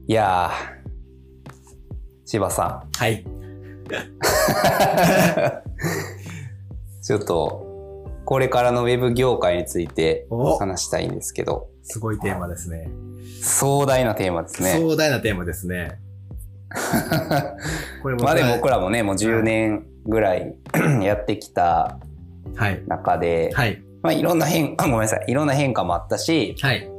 いやー、千葉さん。 はい。 ちょっと、これからのウェブ業界についてお、 話したいんですけど、 すごいテーマですね。 壮大なテーマですね。 壮大なテーマですね。これまあでも僕らもね、もう10年ぐらいやってきたはい。 中で、 はい。 まあいろんなごめんなさい、いろんな変化もあったし、 はい。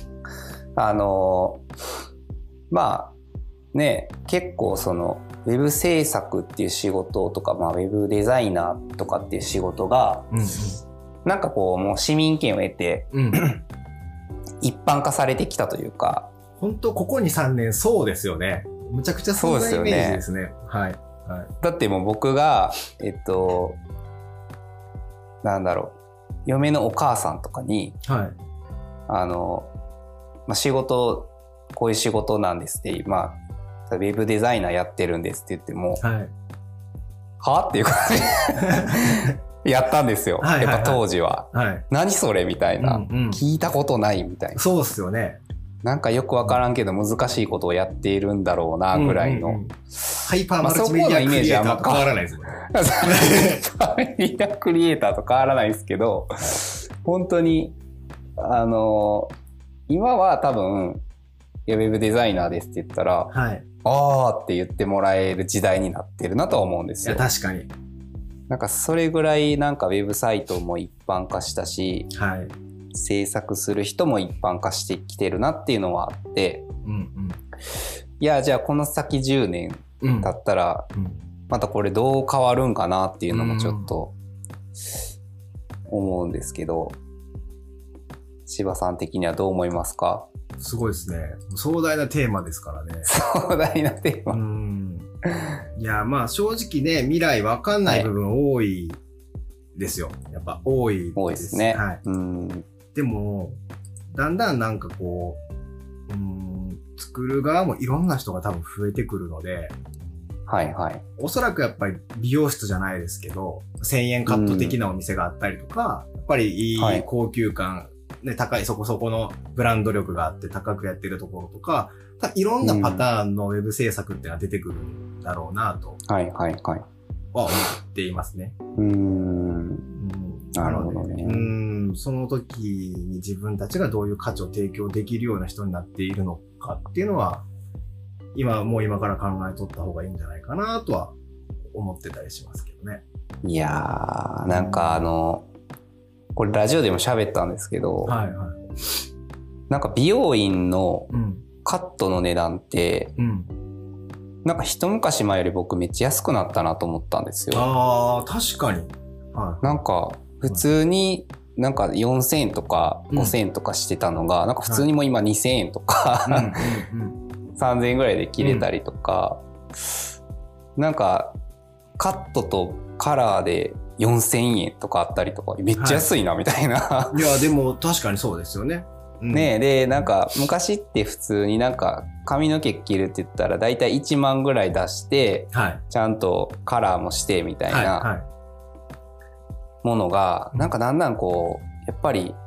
まあね、結構そのウェブ制作っていう仕事とか、まあウェブデザイナーとかっていう仕事が、 うんうん。 なんかこうもう市民権を得て、 うん。 一般化されてきたというか、 本当ここ2、3年そうですよね。むちゃくちゃそんなイメージですね。はい。はい。 だってもう僕が、なんだろう、嫁のお母さんとかに、 はい。 まあ、仕事、こういう仕事なんですって、まあ、ウェブデザイナーやってるんですって言っても、 はい。 はっていう感じでやったんですよ。 はいはいはいやっぱ当時は。 はい。 何それみたいな、 うんうん聞いたことないみたいな。 そうっすよね。 なんかよくわからんけど難しいことをやっているんだろうなぐらいの。 うんうんうんハイパーマルチメディアクリエイターと変わらないですね。 メディアクリエイターと変わらないですけど、本当に、今は多分、ウェブデザイナーですって言ったら、 はい。 あーって言ってもらえる時代になってるなとは思うんですよ。 いや、確かに。 なんかそれぐらいなんかウェブサイトも一般化したし、 はい。 制作する人も一般化してきてるなっていうのはあって、 うんいや、じゃあこの先10年うん。うん経ったら、 うんまたこれどう変わるんかなっていうのもちょっと思うんですけど、柴さん的にはどう思いますか？ すごいですね。壮大なテーマですからね。 壮大なテーマ。 いや、まあ正直ね、未来わかんない部分多いですよ。やっぱ多いです。 多いですね。 はい。でも、だんだんなんかこう、作る側もいろんな人が多分増えてくるので、 はいはい。 おそらくやっぱり美容室じゃないですけど、1000円カット的なお店があったりとか、やっぱりいい高級感、ね、高いそこそこのブランド力があって高くやってるところとか、いろんなパターンのウェブ制作っていうのは出てくるんだろうなと。 はいはいはい。 は思っていますね。 なるほどね。 その時に自分たちがどういう価値を提供できるような人になっているのかっていうのは、もう今から考えとった方がいいんじゃないかなとは思ってたりしますけどね。 いやー、なんかこれラジオでも喋ったんですけど、 はいはい。 なんか美容院のカットの値段って、なんか一昔前より僕めっちゃ安くなったなと思ったんですよ。 ああ、確かに。 はい、なんか普通になんか4000円とか5000円とかしてたのが、なんか普通にもう今2000円とか、3000円ぐらいで切れたりとか、なんかカットとカラーで4000円とかあったりとか、めっちゃ安いなみたいな、 はい、いやでも確かにそうですよね。 ねえ、でなんか昔って普通になんか髪の毛切るって言ったらだいたい1万ぐらい出して、ちゃんとカラーもしてみたいなものが、なんかだんだんこうやっぱり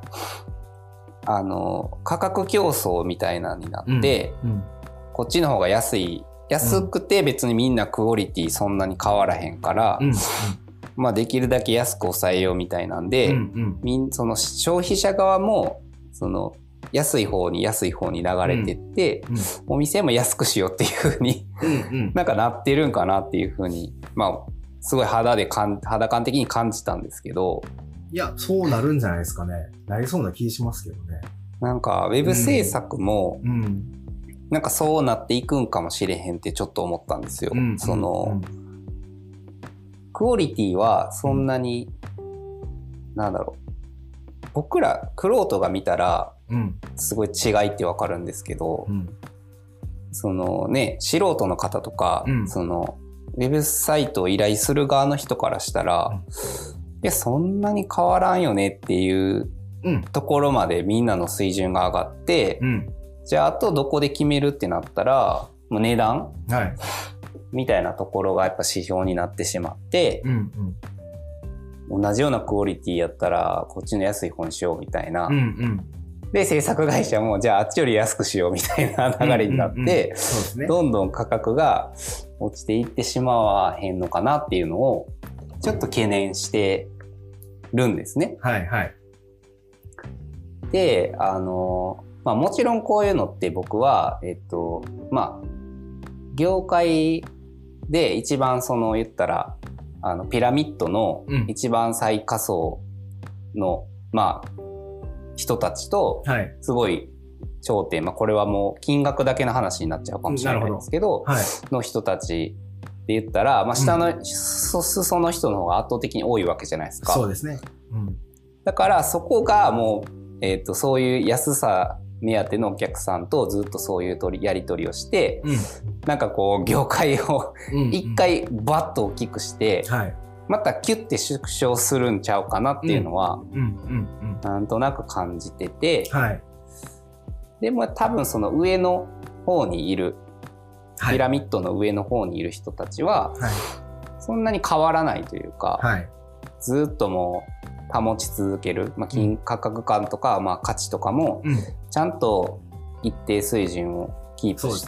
価格競争みたいなのになって、こっちの方が安くて別にみんなクオリティそんなに変わらへんから、まあできるだけ安く抑えようみたいなんで、その消費者側もその安い方に流れてって、お店も安くしようっていう風になんかなってるんかなっていう風に、まあすごい肌感的に感じたんですけど、 いやそうなるんじゃないですかね。なりそうな気しますけどね。 なんかウェブ制作も、なんかそうなっていくんかもしれへんってちょっと思ったんですよ。そのクオリティはそんなに、なんだろう、僕ら玄人が見たらすごい違いってわかるんですけど、そのね、素人の方とか、そのウェブサイトを依頼する側の人からしたら、いやそんなに変わらんよねっていうところまでみんなの水準が上がって、じゃああとどこで決めるってなったらもう値段、みたいなところがやっぱ指標になってしまって、同じようなクオリティやったらこっちの安い方にしようみたいなで、制作会社も、じゃああっちより安くしようみたいな流れになって、どんどん価格が落ちていってしまわへんのかなっていうのを、ちょっと懸念してるんですね。 はいはい。 で、まあもちろんこういうのって僕は、まあ、業界で一番言ったら、ピラミッドの一番最下層の、まあ、人たちと、すごい頂点、まあこれはもう金額だけの話になっちゃうかもしれないですけど、の人たちで言ったら、まあ下の裾の人の方が圧倒的に多いわけじゃないですか。 そうですね。 だからそこがもう、そういう安さ目当てのお客さんとずっとそういうやり取りをして、なんかこう業界を一回バッと大きくして、またキュッて縮小するんちゃうかなっていうのは、なんとなく感じてて、でも多分その上の方にいる、ピラミッドの上の方にいる人たちは、そんなに変わらないというか、ずっともう保ち続ける、まあ、価格感とか、まあ、価値とかもちゃんと一定水準をキープして、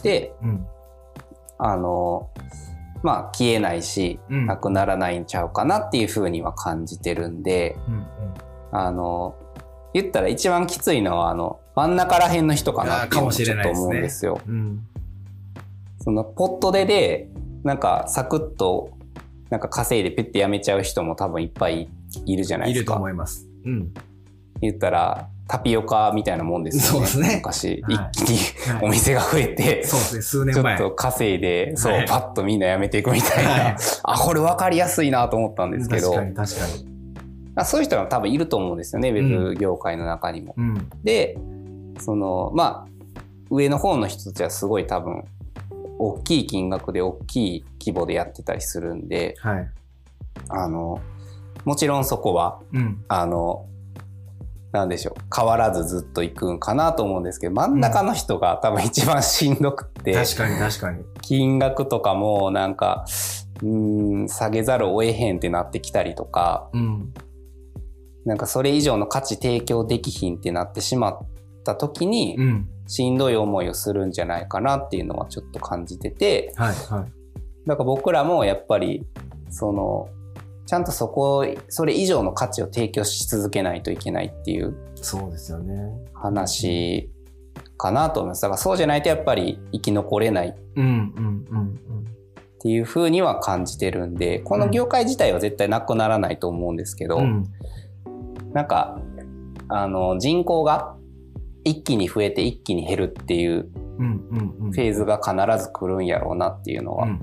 まあ消えないし、なくならないんちゃうかなっていうふうには感じてるんで、言ったら一番きついのは真ん中ら辺の人かなっていうのをちょっと思うんですよ。そのポットでなんかサクッとなんか稼いでピッてやめちゃう人も多分いっぱいいるじゃないですか。 いると思います。 言ったらタピオカみたいなもんですよね。そうですね。昔、一気にお店が増えて、 そうですね、数年前。 ちょっと稼いで、そう、パッとみんな辞めていくみたいな。あ、これ分かりやすいなと思ったんですけど。 確かに。 そういう人が多分いると思うんですよね、ウェブ業界の中にも。で、まあ、上の方の人たちはすごい多分、大きい金額で大きい規模でやってたりするんで、もちろんそこは、なんでしょう、変わらずずっと行くんかなと思うんですけど、真ん中の人が多分一番しんどくって、 確かに。 金額とかもなんか、下げざるを得へんってなってきたりとか、なんかそれ以上の価値提供できひんってなってしまった時に、しんどい思いをするんじゃないかなっていうのはちょっと感じてて、だから僕らもやっぱり、ちゃんとそれ以上の価値を提供し続けないといけないっていうそうですよね。 話かなと思います。だからそうじゃないとやっぱり生き残れないっていうふうには感じてるんで、この業界自体は絶対なくならないと思うんですけど、なんか人口が一気に増えて一気に減るっていうフェーズが必ず来るんやろうなっていうのは、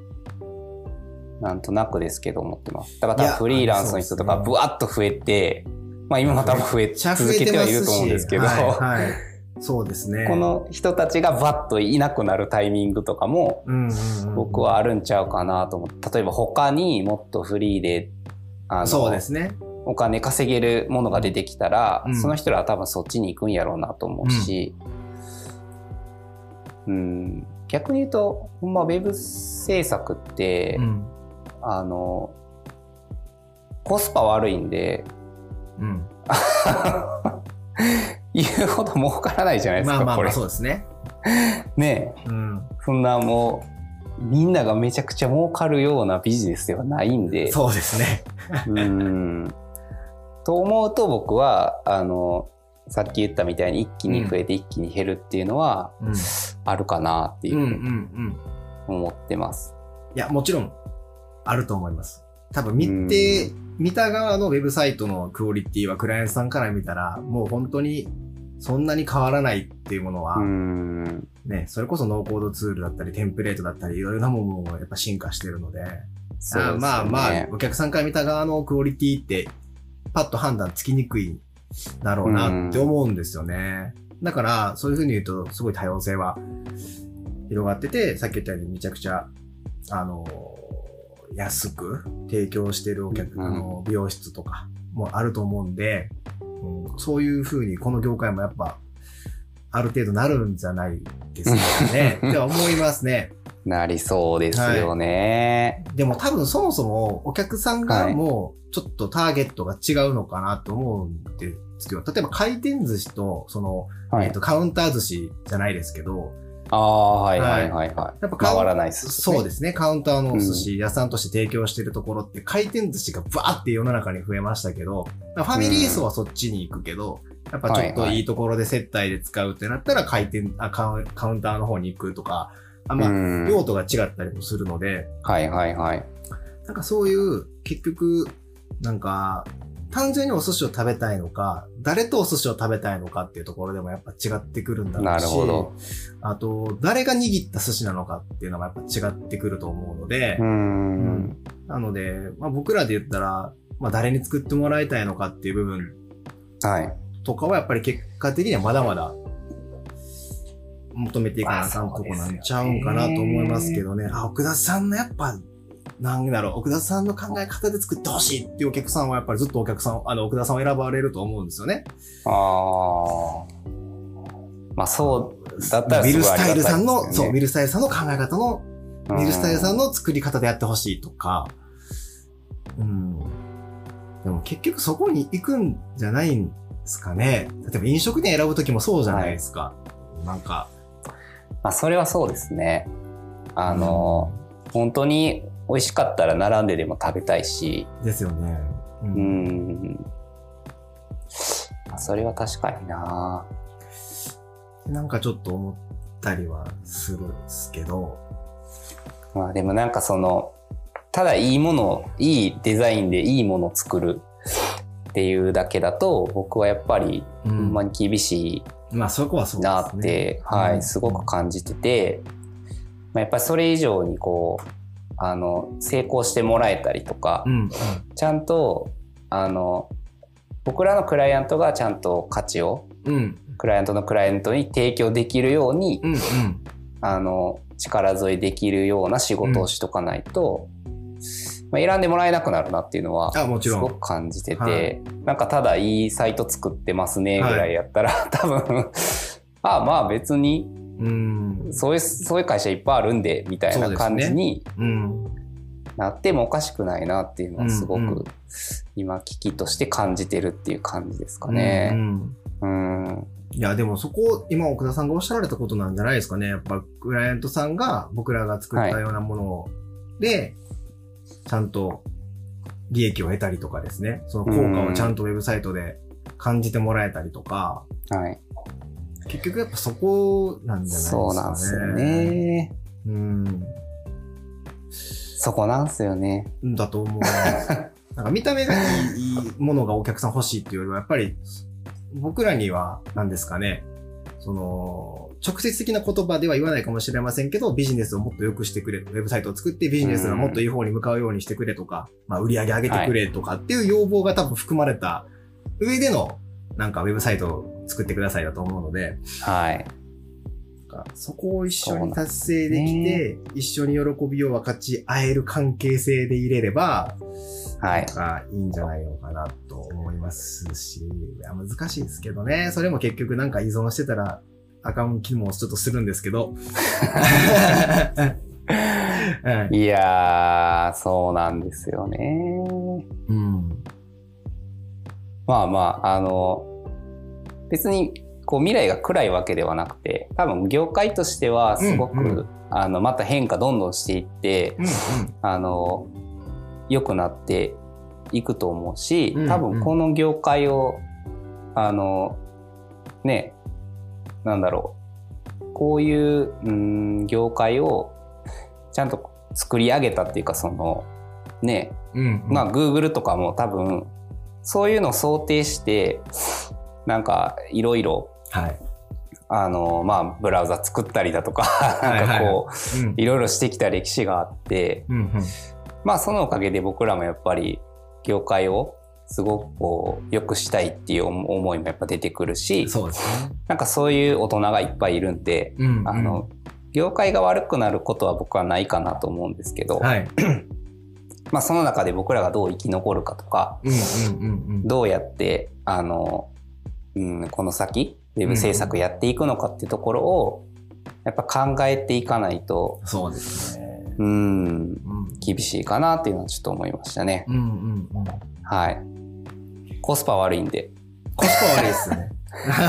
なんとなくですけど思ってます。だから多分フリーランスの人とかブワッと増えて、まあ今も多分増え続けてはいると思うんですけど、 そうですね。 この人たちがバッといなくなるタイミングとかも僕はあるんちゃうかなと思って、例えば他にもっとフリーでそうですね。 お金稼げるものが出てきたら、その人らは多分そっちに行くんやろうなと思うし、逆に言うとほんまウェブ制作って、コスパ悪いんで、言うほど儲からないじゃないですか、これ。 そうですね。 ねえ、そんなもうみんながめちゃくちゃ儲かるようなビジネスではないんで。 そうですね。 と思うと僕はさっき言ったみたいに一気に増えて一気に減るっていうのはあるかなっていうふうに思ってます。 いや、もちろんあると思います。多分見た側のウェブサイトのクオリティはクライアントさんから見たらもう本当にそんなに変わらないっていうものはね、それこそノーコードツールだったりテンプレートだったりいろいろなものもやっぱ進化してるので、まあお客さんから見た側のクオリティってパッと判断つきにくいだろうなって思うんですよね。だからそういうふうに言うとすごい多様性は広がってて、さっき言ったようにめちゃくちゃ安く提供してる美容室とかもあると思うんで、そういうふうにこの業界もやっぱある程度なるんじゃないですかねって思いますね。 なりそうですよね。 でも多分そもそもお客さんがもうちょっとターゲットが違うのかなと思うんですけど、例えば回転寿司とその、カウンター寿司じゃないですけど、 はい。やっぱ回らないですね。 そうですね。カウンターの寿司屋さんとして提供しているところって回転寿司がバーって世の中に増えましたけど、ファミリー層はそっちに行くけど、やっぱちょっといいところで接待で使うってなったらカウンターの方に行くとか、用途が違ったりもするので、なんかそういう、結局、なんか、単純にお寿司を食べたいのか、誰とお寿司を食べたいのかっていうところでもやっぱ違ってくるんだろうし、 なるほど。 あと、誰が握った寿司なのかっていうのもやっぱ違ってくると思うので、なので、僕らで言ったら、誰に作ってもらいたいのかっていう部分とかはやっぱり結果的にはまだまだ求めていかなあかんとこなんちゃうんかなと思いますけどね。奥田さんのやっぱ、奥田さんの考え方で作ってほしいっていうお客さんはやっぱりずっと奥田さんを選ばれると思うんですよね。 そうだったらビルスタイルさんの、ビルスタイルさんの考え方の、ビルスタイルさんの作り方でやってほしいとか、でも結局そこに行くんじゃないんですかね。例えば飲食店選ぶときもそうじゃないですか。なんか。 それはそうですね。本当に美味しかったら並んででも食べたいし。 ですよね。 それは確かにな。 なんかちょっと思ったりはするんですけど。 でもなんかただいいデザインでいいものを作るっていうだけだと、僕はやっぱり、ほんまに厳しいそこはそうですね。 なって、すごく感じてて、やっぱりそれ以上に成功してもらえたりとか、ちゃんと、僕らのクライアントがちゃんと価値を、クライアントのクライアントに提供できるように、力添えできるような仕事をしとかないと、選んでもらえなくなるなっていうのはすごく感じてて、なんかただいいサイト作ってますねぐらいやったら、多分別にそういう会社いっぱいあるんでみたいな感じになってもおかしくないなっていうのはすごく今危機として感じてるっていう感じですかね。 いやでもそこ今奥田さんがおっしゃられたことなんじゃないですかね。やっぱクライアントさんが僕らが作ったようなもので、ちゃんと利益を得たりとかですね、その効果をちゃんとウェブサイトで感じてもらえたりとか、結局やっぱそこなんじゃないですかね。 そうなんですよね。そこなんですよね。 だと思う。なんか見た目がいいものがお客さん欲しいっていうよりは、やっぱり僕らには何ですかね、直接的な言葉では言わないかもしれませんけど、ビジネスをもっと良くしてくれ、ウェブサイトを作ってビジネスがもっといい方に向かうようにしてくれとか、売り上げ上げてくれとかっていう要望が多分含まれた上での、なんかウェブサイトを作ってくださいだと思うので、そこを一緒に達成できて、一緒に喜びを分かち合える関係性で入れれば、いいんじゃないのかなと思いますし、難しいですけどね。それも結局なんか依存してたらあかん気もちょっとするんですけど。 いやー、そうなんですよね。別に未来が暗いわけではなくて、多分業界としてはすごく、また変化どんどんしていって、良くなっていくと思うし、多分この業界をこういう業界をちゃんと作り上げたっていうかGoogle とかも多分そういうのを想定してなんかいろいろブラウザ作ったりだとかいろいろしてきた歴史があって、そのおかげで僕らもやっぱり業界をすごく良くしたいっていう思いもやっぱ出てくるし、なんかそういう大人がいっぱいいるんで、業界が悪くなることは僕はないかなと思うんですけど、その中で僕らがどう生き残るかとか、どうやってこの先ウェブ制作やっていくのかっていうところをやっぱ考えていかないと、 そうですね。 厳しいかなっていうのはちょっと思いましたね。はい。コスパ悪いんで。 コスパ悪いですね。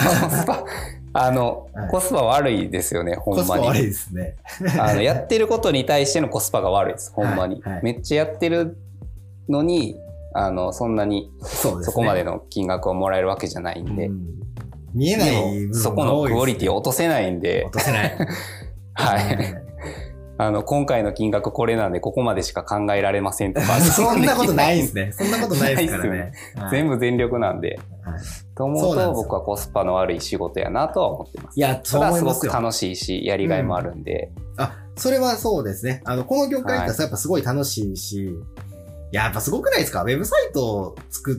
コスパ悪いですよね、ほんまに。 コスパ悪いですね。 やってることに対してのコスパが悪いです、ほんまに。めっちゃやってるのに、そんなにそこまでの金額をもらえるわけじゃないんで。 見えない部分が多いですね。 そこのクオリティを落とせないんで。 落とせない。 はい。今回の金額これなんでここまでしか考えられませんとか。 そんなことないですね。そんなことないですからね。 全部全力なんで。と思うと僕はコスパの悪い仕事やなとは思ってます。 いや、そう思いますよ。 ただすごく楽しいし、やりがいもあるんで。 それはそうですね。この業界ってやっぱすごい楽しいし、やっぱすごくないですか？ウェブサイトを作って、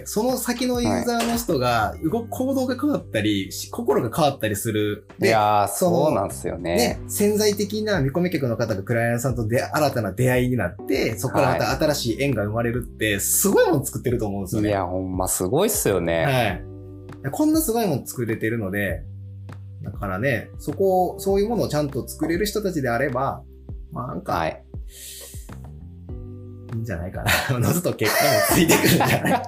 その先のユーザーの人が行動が変わったり、心が変わったりする。 いやー、そうなんですよね。 潜在的な見込み客の方がクライアントさんと新たな出会いになって、そこからまた新しい縁が生まれるって、すごいもの作ってると思うんですよね。 いや、ほんますごいっすよね。 はい。こんなすごいもの作れてるので、だからね、そういうものをちゃんと作れる人たちであれば、なんか、いいんじゃないかな。おのずと結果もついてくるんじゃない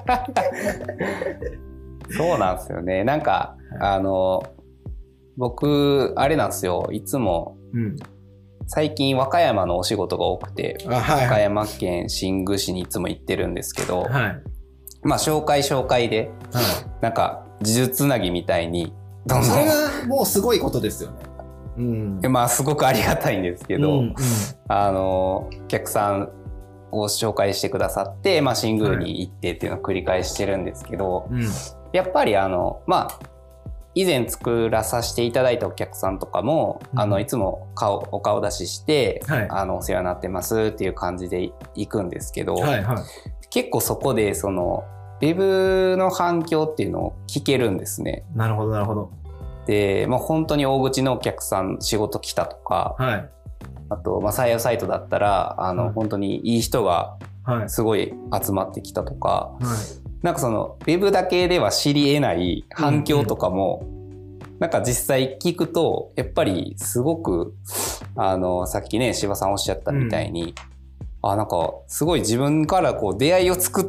そうなんですよね。なんか、僕、あれなんですよ。いつも、最近和歌山のお仕事が多くて、和歌山県新宮市にいつも行ってるんですけど、まあ紹介で、なんか、呪術つなぎみたいに、 どんどん。それはもうすごいことですよね。 まあすごくありがたいんですけど、お客さんを紹介してくださって、まあ新宮に行ってっていうのを繰り返してるんですけど、やっぱりまあ、以前作らさせていただいたお客さんとかも、いつもお顔出しして、お世話になってますっていう感じで行くんですけど、結構そこでウェブの反響っていうのを聞けるんですね。 なるほど、なるほど。 で、もう本当に大口のお客さん仕事来たとか、あと、まあ、採用サイトだったら、本当にいい人がすごい集まってきたとか、なんかウェブだけでは知り得ない反響とかも、なんか実際聞くと、やっぱりすごく、さっきね、柴さんおっしゃったみたいに、なんかすごい自分から出会いを作って、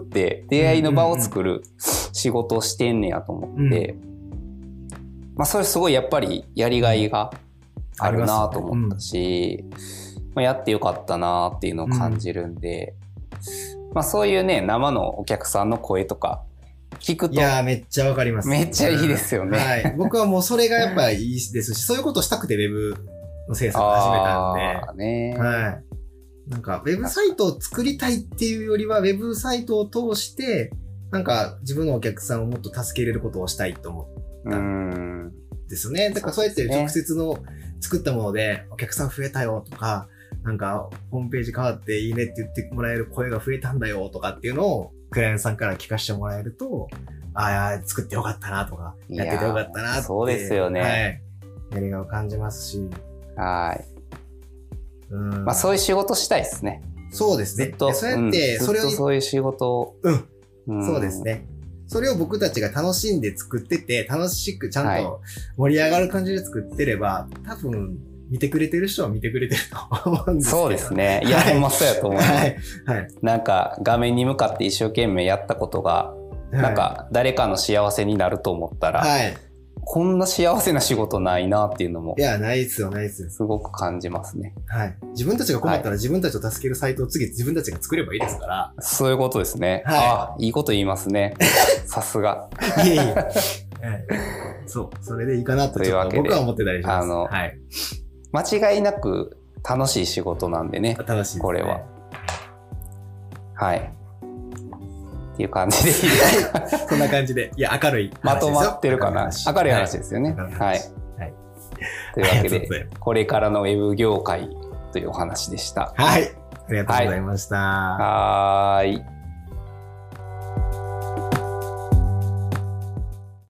出会いの場を作る仕事をしてんねやと思って、まあそれすごいやっぱりやりがいがあるなと思ったし、まあ、やってよかったなっていうのを感じるんで、まあそういうね、生のお客さんの声とか聞くと。 いやー、めっちゃわかります。 めっちゃいいですよね。 はい。僕はもうそれがやっぱいいですし、そういうことしたくてウェブの制作を始めたんで。はい。なんか、ウェブサイトを作りたいっていうよりは、ウェブサイトを通して、なんか自分のお客さんをもっと助けれることをしたいと思ったんですね。だからそうやって直接の作ったものでお客さん増えたよとか、なんかホームページ変わっていいねって言ってもらえる声が増えたんだよとかっていうのをクライアントさんから聞かせてもらえると、作ってよかったなとか、やっててよかったなって。 そうですよね。 はい。やりがいを感じますし。 はい。まあそういう仕事したいですね。 そうですね。そうやって、 それを。そういう仕事を。 そうですね。それを僕たちが楽しんで作ってて、楽しくちゃんと盛り上がる感じで作ってれば、多分、見てくれてる人は見てくれてると思うんですけど。 そうですね。いや、ほんまそうやと思います。はい。なんか、画面に向かって一生懸命やったことが、なんか、誰かの幸せになると思ったら、こんな幸せな仕事ないなっていうのも。 いや、ないですよ、ないですよ。 すごく感じますね。 はい。自分たちが困ったら自分たちを助けるサイトを次自分たちが作ればいいですから。 そういうことですね。いいこと言いますね。さすが。 いえいえ。そう。それでいいかなと僕は思ってたりします。はい。 間違いなく楽しい仕事なんでね。 楽しいですね。 これは。はい。っていう感じでいいですか？そんな感じで。いや、明るい。 まとまってるかな。明るい話ですよね。はい。というわけで、これからのウェブ業界というお話でした。 はい。ありがとうございました。 はい。